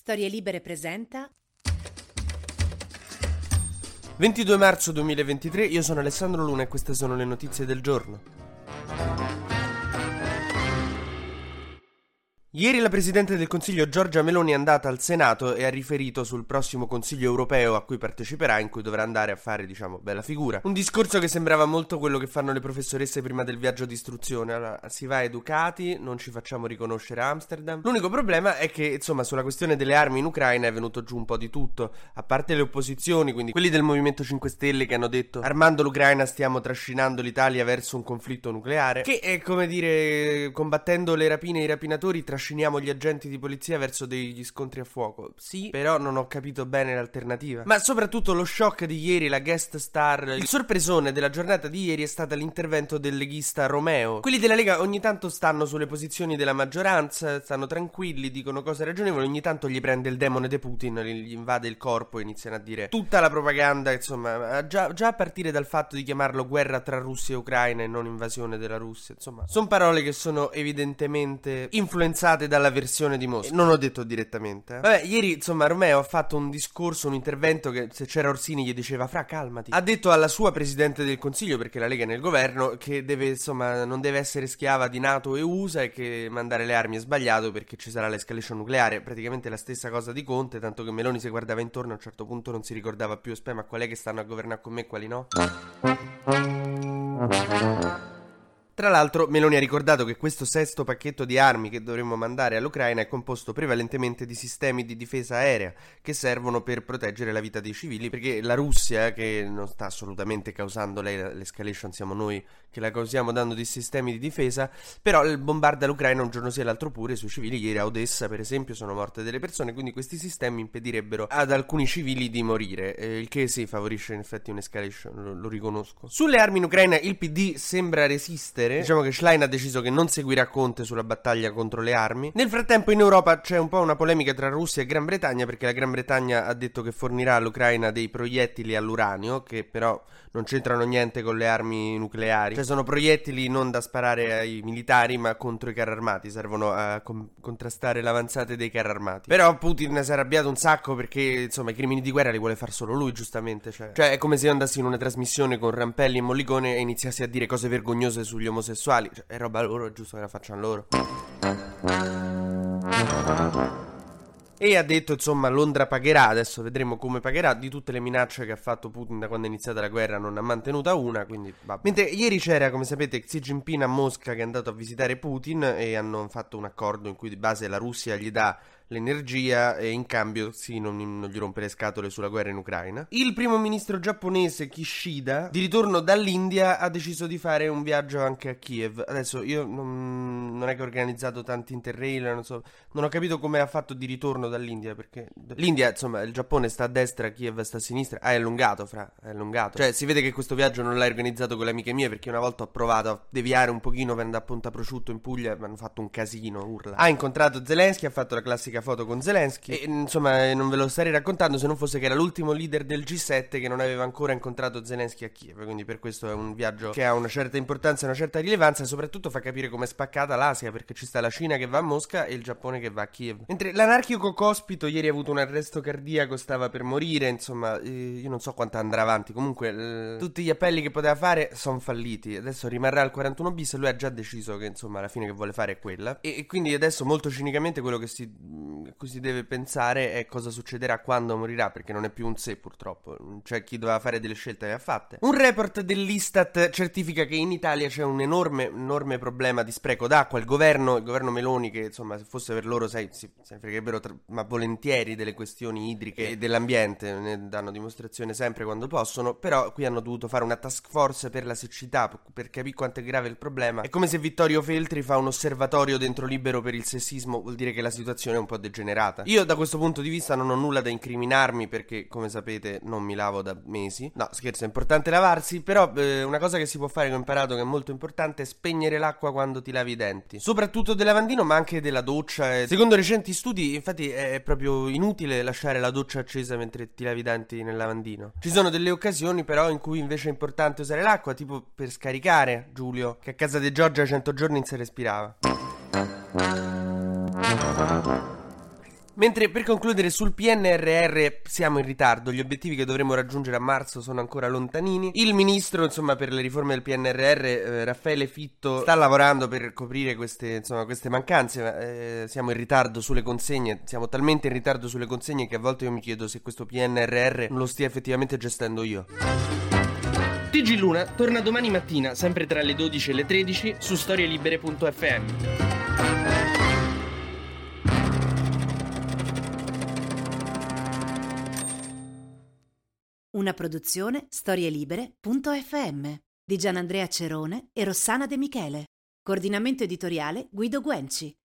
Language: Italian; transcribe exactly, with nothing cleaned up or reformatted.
Storie Libere presenta ventidue marzo duemilaventitré, io sono Alessandro Luna e queste sono le notizie del giorno. Ieri la Presidente del Consiglio Giorgia Meloni è andata al Senato e ha riferito sul prossimo Consiglio Europeo a cui parteciperà, in cui dovrà andare a fare, diciamo, bella figura. Un discorso che sembrava molto quello che fanno le professoresse prima del viaggio di istruzione. Allora, si va educati, non ci facciamo riconoscere a Amsterdam. L'unico problema è che, insomma, sulla questione delle armi in Ucraina è venuto giù un po' di tutto. A parte le opposizioni, quindi quelli del Movimento cinque Stelle che hanno detto armando l'Ucraina stiamo trascinando l'Italia verso un conflitto nucleare, che è come dire, combattendo le rapine e i rapinatori trascinando gli agenti di polizia verso degli scontri a fuoco. Sì, però non ho capito bene l'alternativa. Ma soprattutto lo shock di ieri, la guest star, il sorpresone della giornata di ieri è stata l'intervento del leghista Romeo. Quelli della Lega ogni tanto stanno sulle posizioni della maggioranza, stanno tranquilli, dicono cose ragionevoli, ogni tanto gli prende il demone di Putin, gli invade il corpo e iniziano a dire tutta la propaganda, insomma, già, già a partire dal fatto di chiamarlo guerra tra Russia e Ucraina e non invasione della Russia, insomma, sono parole che sono evidentemente influenzate dalla versione di Mosca. Non ho detto direttamente, eh. Vabbè, ieri insomma Romeo ha fatto un discorso, un intervento che se c'era Orsini gli diceva fra calmati. Ha detto alla sua Presidente del Consiglio, perché la Lega è nel governo, che deve insomma non deve essere schiava di NATO e U S A e che mandare le armi è sbagliato perché ci sarà l'escalation nucleare. Praticamente la stessa cosa di Conte, tanto che Meloni si guardava intorno a un certo punto non si ricordava più, aspetta, ma qual è che stanno a governare con me e quali no? Tra l'altro Meloni ha ricordato che questo sesto pacchetto di armi che dovremmo mandare all'Ucraina è composto prevalentemente di sistemi di difesa aerea che servono per proteggere la vita dei civili, perché la Russia, che non sta assolutamente causando lei l'escalation, siamo noi che la causiamo dando dei sistemi di difesa, però bombarda l'Ucraina un giorno sì e l'altro pure sui civili. Ieri a Odessa per esempio sono morte delle persone, quindi questi sistemi impedirebbero ad alcuni civili di morire, eh, il che sì favorisce in effetti un'escalation, lo, lo riconosco. Sulle armi in Ucraina il P D sembra resistere. Diciamo che Schlein ha deciso che non seguirà Conte sulla battaglia contro le armi. Nel frattempo in Europa c'è un po' una polemica tra Russia e Gran Bretagna, perché la Gran Bretagna ha detto che fornirà all'Ucraina dei proiettili all'uranio, che però non c'entrano niente con le armi nucleari. Cioè sono proiettili non da sparare ai militari ma contro i carri armati, servono a com- contrastare l'avanzata dei carri armati. Però Putin si è arrabbiato un sacco perché insomma i crimini di guerra li vuole far solo lui, giustamente. Cioè, cioè è come se io andassi in una trasmissione con Rampelli e Mollicone e iniziassi a dire cose vergognose sugli omosessuali. Cioè è roba loro, è giusto che la facciano loro. E ha detto insomma Londra pagherà, adesso vedremo come pagherà. Di tutte le minacce che ha fatto Putin da quando è iniziata la guerra non ha mantenuta una, quindi vabbè. Mentre ieri c'era, come sapete, Xi Jinping a Mosca che è andato a visitare Putin e hanno fatto un accordo in cui di base la Russia gli dà l'energia e in cambio sì non, non gli rompe le scatole sulla guerra in Ucraina. Il primo ministro giapponese Kishida, di ritorno dall'India, ha deciso di fare un viaggio anche a Kiev. Adesso io non, non è che ho organizzato tanti interrail, non so, non ho capito come ha fatto di ritorno dall'India, perché l'India, insomma, il Giappone sta a destra, Kiev sta a sinistra. Ah, è allungato, fra, è allungato. Cioè si vede che questo viaggio non l'hai organizzato con le amiche mie, perché una volta ho provato a deviare un pochino per andare a Ponta Prosciutto in Puglia, mi hanno fatto un casino, urla. Ha incontrato Zelensky, ha fatto la classica foto con Zelensky e insomma non ve lo starei raccontando se non fosse che era l'ultimo leader del G sette che non aveva ancora incontrato Zelensky a Kiev, quindi per questo è un viaggio che ha una certa importanza e una certa rilevanza e soprattutto fa capire com'è spaccata l'Asia, perché ci sta la Cina che va a Mosca e il Giappone che va a Kiev. Mentre l'anarchico Cospito ieri ha avuto un arresto cardiaco, stava per morire, insomma eh, io non so quanto andrà avanti, comunque eh, tutti gli appelli che poteva fare sono falliti, adesso rimarrà al quarantuno bis e lui ha già deciso che insomma la fine che vuole fare è quella e, e quindi adesso molto cinicamente quello che si cui si deve pensare è cosa succederà quando morirà, perché non è più un sé purtroppo, c'è chi doveva fare delle scelte e le ha fatte. Un report dell'Istat certifica che in Italia c'è un enorme enorme problema di spreco d'acqua. Il governo il governo Meloni, che insomma se fosse per loro sai, si, se ne fregherebbero tra, ma volentieri delle questioni idriche e dell'ambiente, ne danno dimostrazione sempre quando possono, però qui hanno dovuto fare una task force per la siccità per capire quanto è grave il problema. È come se Vittorio Feltri fa un osservatorio dentro Libero per il sessismo, vuol dire che la situazione è un po' degenerata. Io da questo punto di vista non ho nulla da incriminarmi perché come sapete non mi lavo da mesi. No, scherzo, è importante lavarsi, però eh, una cosa che si può fare che ho imparato che è molto importante è spegnere l'acqua quando ti lavi i denti, soprattutto del lavandino ma anche della doccia. E secondo recenti studi infatti è proprio inutile lasciare la doccia accesa mentre ti lavi i denti nel lavandino. Ci sono delle occasioni però in cui invece è importante usare l'acqua, tipo per scaricare Giulio, che a casa di Giorgia cento giorni non si respirava. Mentre per concludere sul P N R R siamo in ritardo, gli obiettivi che dovremo raggiungere a marzo sono ancora lontanini. Il ministro, insomma, per le riforme del P N R R, eh, Raffaele Fitto, sta lavorando per coprire queste, insomma, queste mancanze, ma eh, siamo in ritardo sulle consegne, siamo talmente in ritardo sulle consegne che a volte io mi chiedo se questo P N R R non lo stia effettivamente gestendo io. T G Luna torna domani mattina, sempre tra le dodici e le tredici, su storielibere punto effe emme. Una produzione storielibere punto effe emme di Gianandrea Cerone e Rossana De Michele. Coordinamento editoriale Guido Guenci.